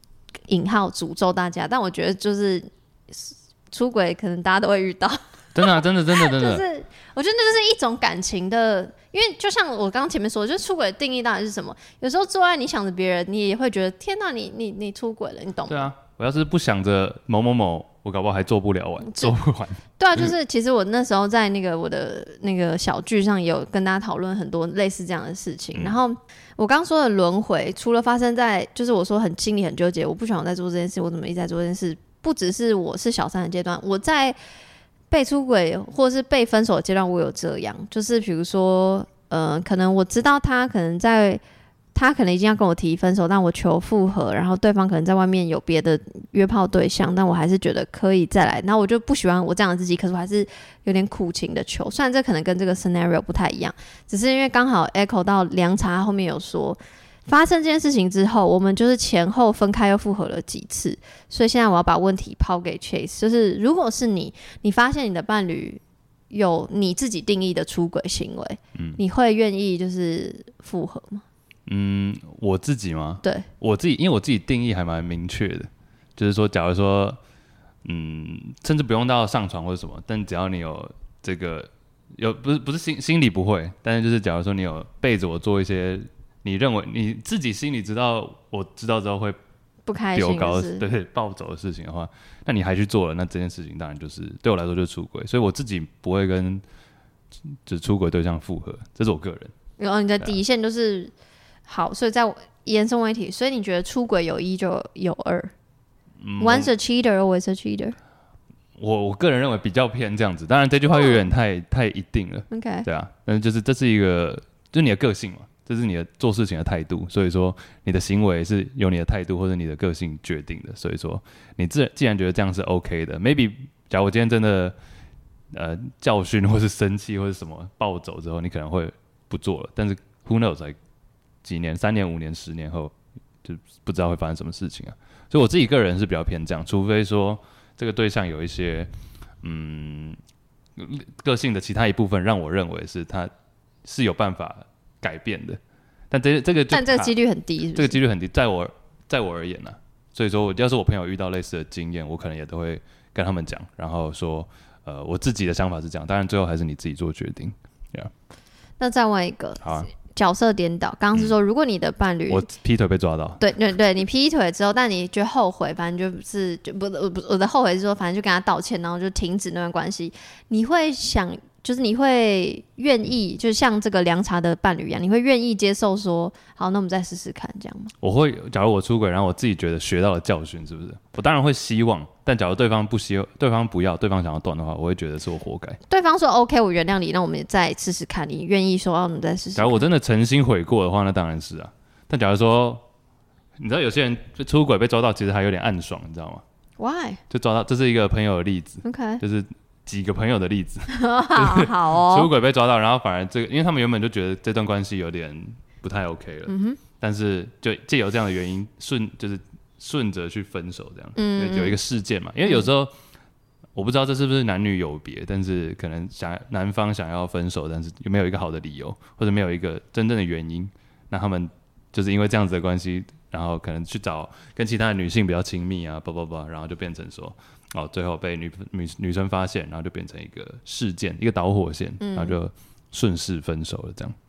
引号诅咒大家，但我觉得就是出轨可能大家都会遇到。
真的、啊，真的，就是
我觉得那就是一种感情的，因为就像我刚刚前面说的，就是出轨的定义到底是什么？有时候做爱你想着别人，你也会觉得天哪，你出轨了，你懂吗？
对啊，我要是不想着某某某，我搞不好还做不完。
对啊，就是其实我那时候在那个我的那个小剧上也有跟大家讨论很多类似这样的事情。然后我刚说的轮回，除了发生在就是我说心里很纠结，我不想再做这件事，我怎么一直在做这件事？不只是我是小三的阶段，我在被出轨或是被分手的阶段，我有这样，就是比如说，可能我知道他可能已经要跟我提分手，但我求复合，然后对方可能在外面有别的约炮对象，但我还是觉得可以再来，然后我就不喜欢我这样的自己，可是我还是有点苦情的求，虽然这可能跟这个 scenario 不太一样，只是因为刚好 echo 到凉茶后面有说。发生这件事情之后，我们就是前后分开又复合了几次，所以现在我要把问题抛给 Chase， 就是如果是你发现你的伴侣有你自己定义的出轨行为，你会愿意就是复合吗？
我自己吗？
对，
因为我自己定义还蛮明确的，就是说，假如说，甚至不用到上床或者什么，但只要你有这个不是心里不会，但是就是假如说你有背着我做一些。你认为你自己心里知道，我知道之后会
不开心的事，
对暴走的事情的话，那你还去做了，那这件事情当然就是对我来说就是出轨，所以我自己不会跟就是出轨对象复合，这是我个人。
然后你的底线就是好，所以在延伸问题，所以你觉得出轨有一就有二，once a cheater always a cheater。
我个人认为比较偏这样子，当然这句话又有点太一定了。
OK，
对啊，但是就是这是一个，就是你的个性嘛。这是你的做事情的态度，所以说你的行为是由你的态度或者你的个性决定的。所以说你既然觉得这样是 OK 的 ，maybe 假如我今天真的教训或是生气或是什么暴走之后，你可能会不做了。但是 who knows， like 几年、3年、5年、10年后，就不知道会发生什么事情啊。所以我自己个人是比较偏这样，除非说这个对象有一些个性的其他一部分，让我认为是他是有办法改变的，但这个几率很低是不是？这个几率很低，在我而言呢、所以说要是我朋友遇到类似的经验，我可能也都会跟他们讲，然后说我自己的想法是这样，当然最后还是你自己做决定。
那再问一个，
好啊，
角色颠倒，刚刚是说如果你的伴侣
我劈腿被抓到，
对，你劈腿之后，但你觉得后悔，反正我的后悔是说，反正就跟他道歉，然后就停止那段关系，你会想。就是你会愿意，就像这个凉茶的伴侣一样，你会愿意接受说，好，那我们再试试看，这样吗？
我会，假如我出轨，然后我自己觉得学到了教训，是不是？我当然会希望，但假如对方不要，对方想要断的话，我会觉得是我活该。
对方说 OK， 我原谅你，那我们再试试看。你愿意说，我们再试试看。
假如我真的诚心悔过的话，那当然是啊。但假如说，你知道有些人出轨被抓到，其实还有点暗爽，你知道吗
？Why？
就抓到，这是一个朋友的例子。
OK，
就是。几个朋友的例子，
好哦，
出轨被抓到，然后反而因为他们原本就觉得这段关系有点不太 OK 了，但是就借由这样的原因顺着去分手这样，有一个事件嘛，因为有时候我不知道这是不是男女有别，但是可能男方想要分手，但是有没有一个好的理由，或者没有一个真正的原因，那他们就是因为这样子的关系，然后可能去找跟其他的女性比较亲密啊，然后就变成说。最后被女生发现，然后就变成一个事件，一个导火线，然后就顺势分手了。这样，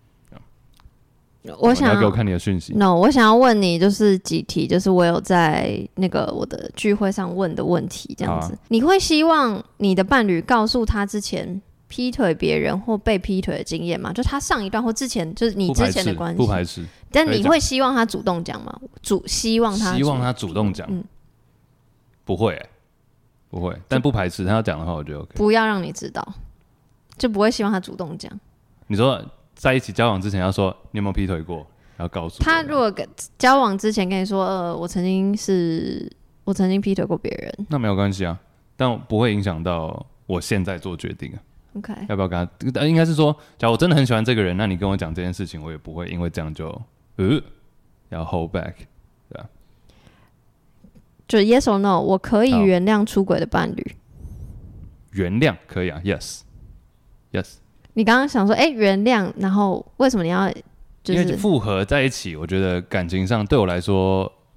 我想
你要给我看你的讯息。
No， 我想要问你就是几题，就是我有在那个我的聚会上问的问题，这样子，你会希望你的伴侣告诉他之前劈腿别人或被劈腿的经验吗？就他上一段或之前，就是你之前的关系，
不排斥。
但你会希望他主动讲吗？希望他
主动讲，不会不会，但不排斥他要讲的话，我觉得 OK。
不要让你知道，就不会希望他主动讲。
你说在一起交往之前要说你有没有劈腿过，然后告诉
他。如果交往之前跟你说，我曾经劈腿过别人，
那没有关系啊，但不会影响到我现在做决定啊。
OK，
要不要跟他？应该是说，假如我真的很喜欢这个人，那你跟我讲这件事情，我也不会因为这样就要 hold back， 对吧？
就 yes or no， 我可以原谅出轨的伴侣。
原谅可以啊 ，yes。
你刚刚想说，原谅，然后为什么你要？就是、
因为复合在一起，我觉得感情上对我来说，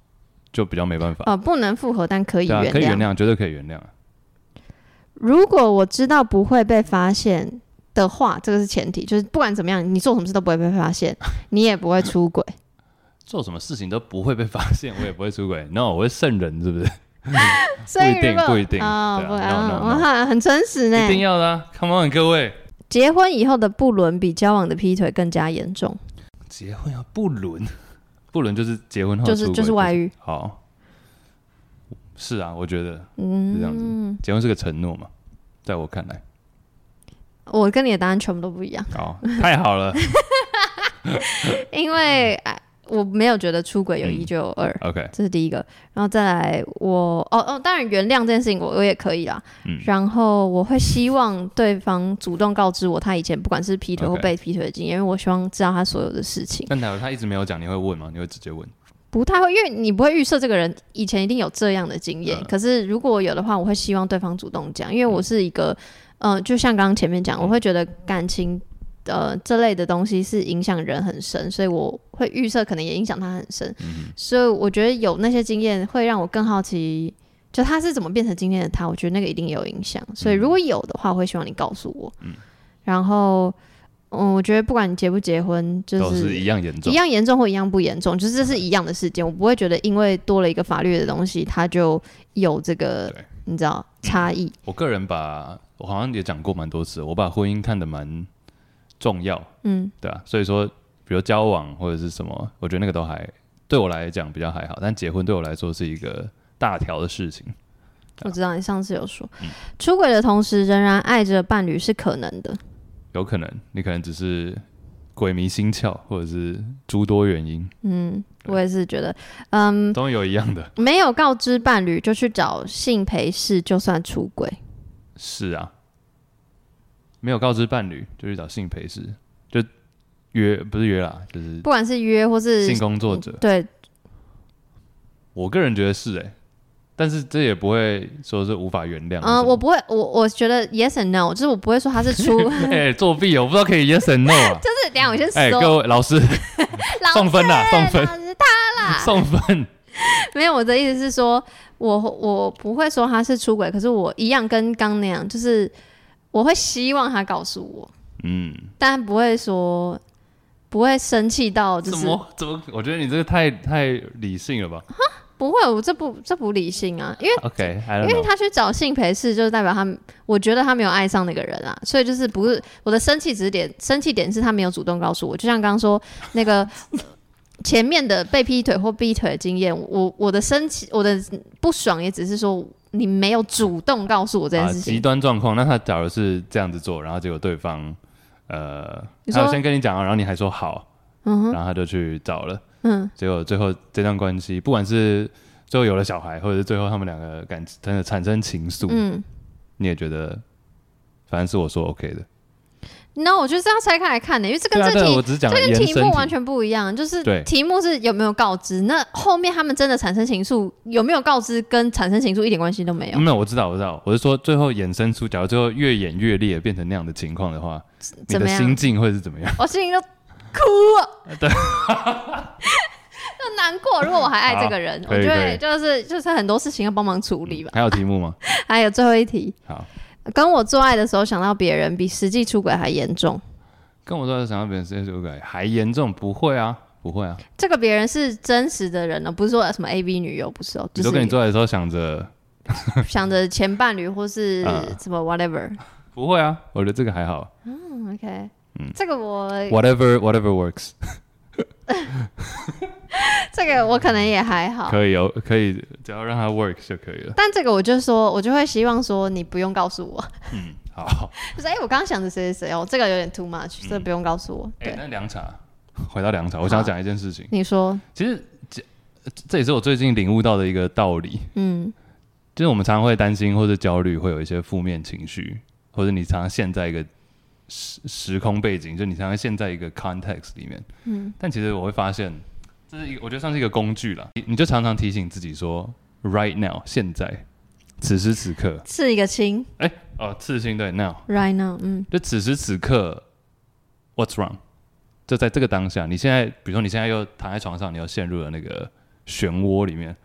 就比较没办法。
不能复合，但可以原谅，
可以原谅，绝对可以原谅。
如果我知道不会被发现的话，这个是前提，就是不管怎么样，你做什么事都不会被发现，你也不会出轨。
做什么事情都不会被发现，我也不会出轨。No， 我会圣人，是不是？
所以
不一定
啊，很诚实呢，
一定要的啊 ！Come on， 各位，
结婚以后的不伦比交往的劈腿更加严重。
结婚要不伦，不伦就是结婚后
就是外遇。
好，是啊，我觉得是这样子。结婚是个承诺嘛，在我看来，
我跟你的答案全部都不一样。
好，太好了，
因为我没有觉得出轨有一就有二
，OK，
这是第一个。然后再来当然原谅这件事情我也可以啦。然后我会希望对方主动告知我他以前不管是劈腿或被劈腿的经验，因为我希望知道他所有的事情。
但假如他一直没有讲，你会问吗？你会直接问？
不太会，因为你不会预设这个人以前一定有这样的经验。可是如果有的话，我会希望对方主动讲，因为我是一个就像刚刚前面讲，我会觉得感情这类的东西是影响人很深，所以我会预设可能也影响他很深。所以我觉得有那些经验会让我更好奇，就他是怎么变成今天的他，我觉得那个一定有影响。所以如果有的话，我会希望你告诉我。然后我觉得不管你结不结婚，就是
都是一样严重，
一样严重或一样不严重，就是这是一样的事件。我不会觉得因为多了一个法律的东西，它就有这个你知道差异。
我个人我好像也讲过蛮多次，我把婚姻看得蛮重要，对啊，所以说，比如交往或者是什么，我觉得那个都还对我来讲比较还好，但结婚对我来说是一个大条的事情。
我知道你上次有说，出轨的同时仍然爱着伴侣是可能的，
有可能你可能只是鬼迷心窍，或者是诸多原因。
我也是觉得，
总有一样的，
没有告知伴侣就去找性陪侍，就算出轨。
是啊。没有告知伴侣就去找性陪侍，就不是约啦，就是
不管是约或是
性工作者。
对，
我个人觉得是但是这也不会说是无法原谅。
我不会，我觉得 yes and no， 就是我不会说他是
作弊我不知道可以 yes and no 啊。
就是等一下我先说，
各位老师送分啦，送分，
他啦，
送分。
没有，我的意思是说，我不会说他是出轨，可是我一样跟刚那样，就是我会希望他告诉我，但不会说不会生气到就是
怎么？我觉得你这个太理性了吧？
不会，这不理性啊，因为
OK，
因为他去找性陪侍，就是代表我觉得他没有爱上那个人啊，所以就是不是我的生气生气点是他没有主动告诉我，就像刚刚说那个前面的被劈腿或逼腿的经验，我的生气，我的不爽也只是说你没有主动告诉我这件事情。
极端状况，那他假如是这样子做，然后结果对方他先跟你讲，然后你还说好，然后他就去找了。结果最后这段关系，不管是最后有了小孩，或者是最后他们两个真的产生情愫，你也觉得反正是我说 OK 的。
No， 我觉得这样拆开来看呢，因为这跟这跟题目完全不一样。就是题目是有没有告知，那后面他们真的产生情愫，有没有告知跟产生情愫一点关系都没有。
没有，我知道，我是说最后衍生出，假如最后越演越烈，变成那样的情况的话，你的心境会是怎么样？
我心情就哭了，
对，
就难过。如果我还爱这个人，我觉得就是很多事情要帮忙处理吧。
还有题目吗？
还有最后一题。
好。
跟我做爱的时候想到别人比实际出轨还严重。
跟我做爱的时候想到别人实际出轨还严重？不会啊。
这个别人是真实的人哦，不是说什么 AV 女优，不是哦。
你都跟你做爱的时候想着
前伴侣或是什么 whatever。
不会啊，我觉得这个还好。
OK，这个我
whatever works。
这个我可能也还好，
可以，只要让它 work 就可以了。
但这个我就会希望说你不用告诉我。
好。
就是我刚刚想着谁哦，这个有点 too much， 这不用告诉我。对，
那凉茶，回到凉茶，我想要讲一件事情。
你说，
其实这也是我最近领悟到的一个道理。就是我们常常会担心或者焦虑，会有一些负面情绪，或者你常常陷在一个时空背景，就你常常陷在一个 context 里面。但其实我会发现，这是我觉得算是一个工具啦。你就常常提醒自己说 ，right now， 现在，此时此刻，
刺一个青，
刺青对 now，right
now，
就此时此刻 ，what's wrong？ 就在这个当下，你现在，比如说你现在又躺在床上，你又陷入了那个漩涡里面，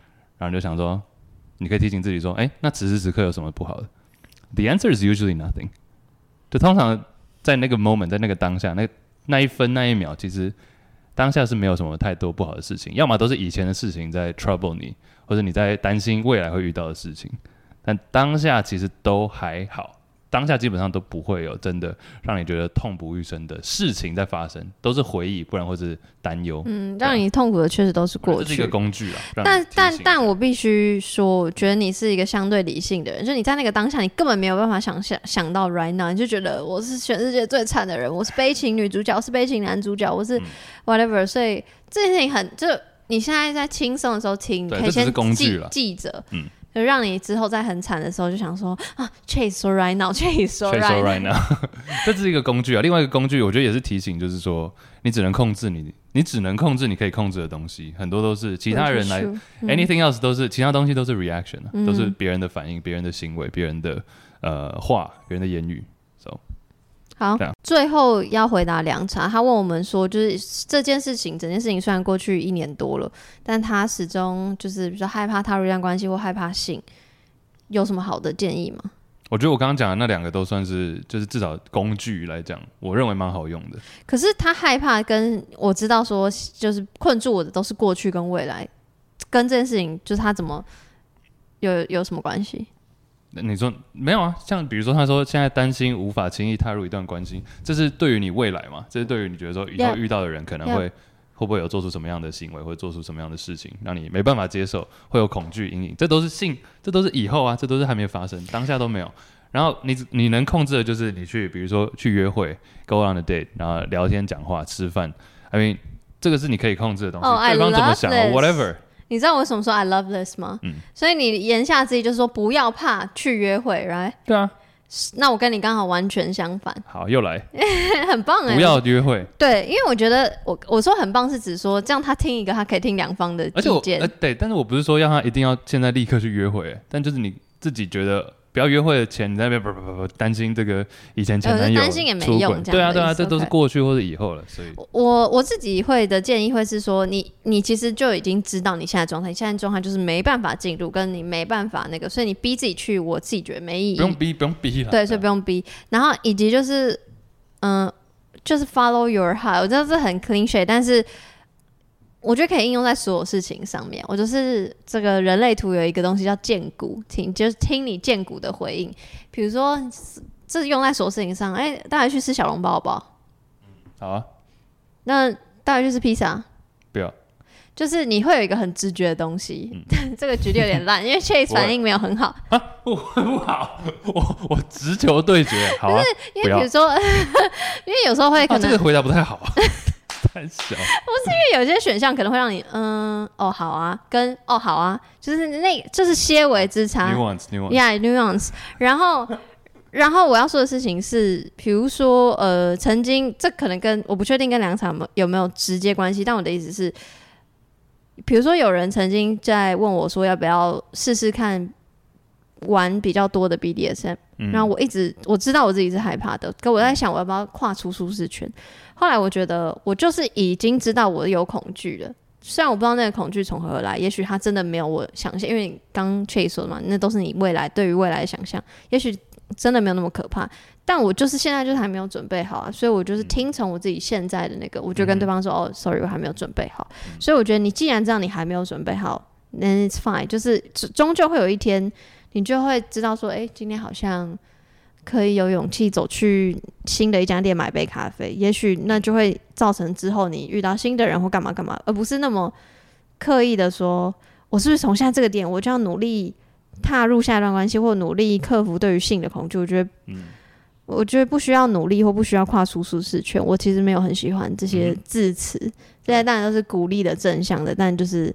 然后你就想说，你可以提醒自己说，那此时此刻有什么不好的 ？The answer is usually nothing。就通常在那个 moment， 在那个当下，那一分那一秒，其实当下是没有什么太多不好的事情，要么都是以前的事情在 trouble 你，或者你在担心未来会遇到的事情，但当下其实都还好。当下基本上都不会有真的让你觉得痛不欲生的事情在发生，都是回忆，不然或是担忧。
让你痛苦的确实都是过去。
这是一个工具啊。
但我必须说，我觉得你是一个相对理性的人，就你在那个当下，你根本没有办法想到 right now， 你就觉得我是全世界最惨的人，我是悲情女主角，我是悲情男主角，我是 whatever，所以这件事情就你现在在轻松的时候听，你可以先记着。就让你之后在很惨的时候就想说Chase 说 right now，Chase 说 right now，
这是一个工具啊。另外一个工具，我觉得也是提醒，就是说你只能控制你可以控制的东西，很多都是其他人来，anything else 都是其他东西都是 reaction，都是别人的反应、别人的行为、别人的话、别人的言语。
好，最后要回答凉茶，他问我们说，就是整件事情虽然过去1年多了，但他始终就是比如说害怕踏入一段关系或害怕性，有什么好的建议吗？
我觉得我刚刚讲的那2个都算是，就是至少工具来讲，我认为蛮好用的。
可是他害怕跟我知道说，就是困住我的都是过去跟未来，跟这件事情就是他怎么有什么关系？
你说没有啊？像比如说他说现在担心无法轻易踏入一段关系，这是对于你未来嘛？这是对于你觉得说以后遇到的人可能会不会有做出什么样的行为，或者做出什么样的事情，让你没办法接受，会有恐惧阴影，这都是以后啊，这都是还没发生，当下都没有。然后你能控制的就是你比如说去约会 ，go on a date， 然后聊天、讲话、吃饭，I mean， 这个是你可以控制的东西。对方怎么想 ，whatever。
你知道我为什么说 I love this 吗？所以你言下之意就是说不要怕去约会 ，right？
对啊。
那我跟你刚好完全相反。
好，又来，
很棒不
要约会。
对，因为我觉得我说很棒是指说这样他听一个，他可以听2方的意见。
对，但是我不是说要他一定要现在立刻去约会，但就是你自己觉得。不要约会的前，你在那边不担心这个以前前男友
担心也没用，
对啊，这都是过去或者以后了。所以
我自己会的建议会是说，你其实就已经知道你现在状态，现在状态就是没办法进入，跟你没办法那个，所以你逼自己去，我自己觉得没意义。
不用逼了。
对，所以不用逼。然后以及就是就是 follow your heart， 我知道这很 cliche， 但是。我觉得可以应用在所有事情上面。我就是这个人类图有一个东西叫荐股，就是听你荐股的回应。比如说，这用在所有事情上。大家去吃小笼包好不好？
好啊。
那大家去吃披萨？
不要。
就是你会有一个很直觉的东西。这个举例有点烂，因为 Chase 反应没有很好。
不好，我直球对决。好啊。
因为比如说，因为有时候会可能
这个回答不太好啊。太小，不是
因为有些选项可能会让你好啊，跟好啊，就是就是些微之差
nuance，
然后我要说的事情是，比如说曾经这可能我不确定跟凉茶有没有直接关系，但我的意思是，比如说有人曾经在问我说要不要试试看玩比较多的 BDSM，然后我知道我自己是害怕的，可我在想我要不要跨出舒适圈。后来我觉得我就是已经知道我有恐惧了，虽然我不知道那个恐惧从何而来，也许它真的没有我想象，因为你刚 Chase 说的嘛，那都是你对于未来的想象，也许真的没有那么可怕，但我就是现在就是还没有准备好啊，所以我就是听从我自己现在的那个，我就跟对方说sorry 我还没有准备好，所以我觉得你既然知道你还没有准备好 then it's fine， 就是终究会有一天你就会知道说今天好像可以有勇气走去新的一家店买杯咖啡，也许那就会造成之后你遇到新的人或干嘛干嘛，而不是那么刻意的说我是不是从现在这个点我就要努力踏入下一段关系，或努力克服对于性的恐惧。我觉得不需要努力或不需要跨出舒适圈，我其实没有很喜欢这些字词，这些当然都是鼓励的正向的，但就是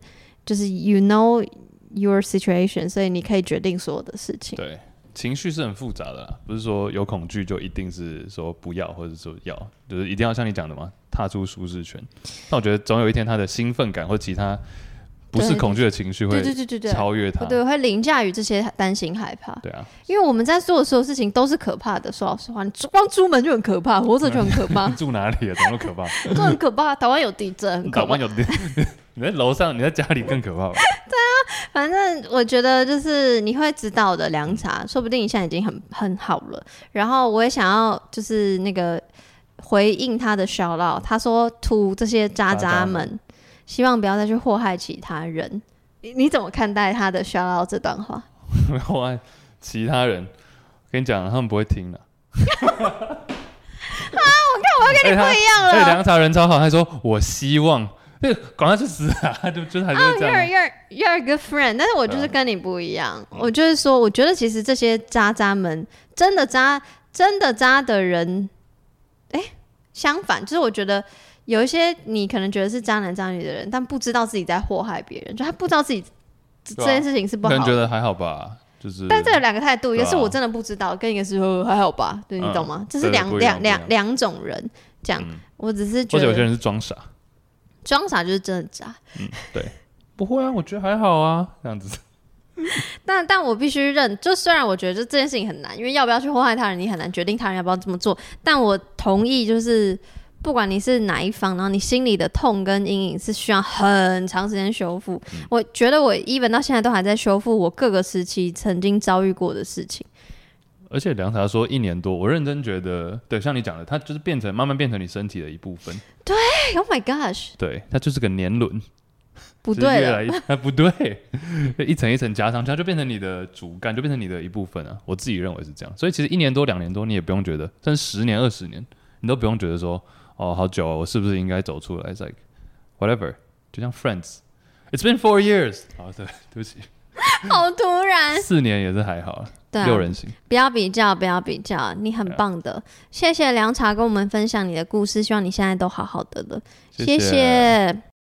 you know your situation， 所以你可以决定所有的事情。
对，情绪是很复杂的啦，不是说有恐惧就一定是说不要，或者说要，就是一定要像你讲的嘛，踏出舒适圈。但我觉得总有一天他的兴奋感或其他不是恐惧的情绪会超越它，
对，会凌驾于这些担心害怕。
对啊，
因为我们在做的所有事情都是可怕的。说老实话，你光出门就很可怕，活着就很可怕。
住哪里啊？怎么可怕？
都很可怕。台湾有地震，很可怕。
台湾有地震，你在楼上，你在家里更可怕吧？
对啊，反正我觉得就是你会知道的，凉茶，说不定你现在已经很好了。然后我也想要就是那个回应他的shout out，他说图这些渣渣们，希望不要再去祸害其他人。你怎么看待他的shout out这段话？
祸害其他人，跟你讲，他们不会听的。
我要跟你不一样了。
凉茶人超好，他说我希望。管他去死啊！就是还是会这样。
You're a good friend， 但是我就是跟你不一样。我就是说，我觉得其实这些渣渣们真的渣的人，相反，就是我觉得有一些你可能觉得是渣男渣女的人，但不知道自己在祸害别人，就他不知道自己这件事情是不好的。
可能觉得还好吧，就是。
但这有两个态度，一个是我真的不知道，跟一个是还好吧，对你懂吗？这是两种人，这样。我只是觉得，
或者有些人是装傻。
装傻就是真的渣，
对，不会啊，我觉得还好啊，这样子。
但我必须认，就虽然我觉得这件事情很难，因为要不要去祸害他人，你很难决定他人要不要这么做。但我同意，就是不管你是哪一方，然后你心里的痛跟阴影是需要很长时间修复。我觉得我 even 到现在都还在修复我各个时期曾经遭遇过的事情。
而且凉茶说1年多，我认真觉得，对，像你讲的，它就是慢慢变成你身体的一部分。
对 ，Oh my gosh，
对，它就是个年轮，
不对了，
不对，一层一层加上去，它就变成你的主干，就变成你的一部分啊。我自己认为是这样，所以其实1年多、2年多，你也不用觉得，甚至10年、20年，你都不用觉得说，哦，好久啊，我是不是应该走出来 ？It's like whatever， 就像 Friends，It's been 4 years， 好，对不起。
好突然
，4年也是还好
对
6人行。
不要比较，你很棒的。谢谢凉茶跟我们分享你的故事，希望你现在都好好的了。谢谢。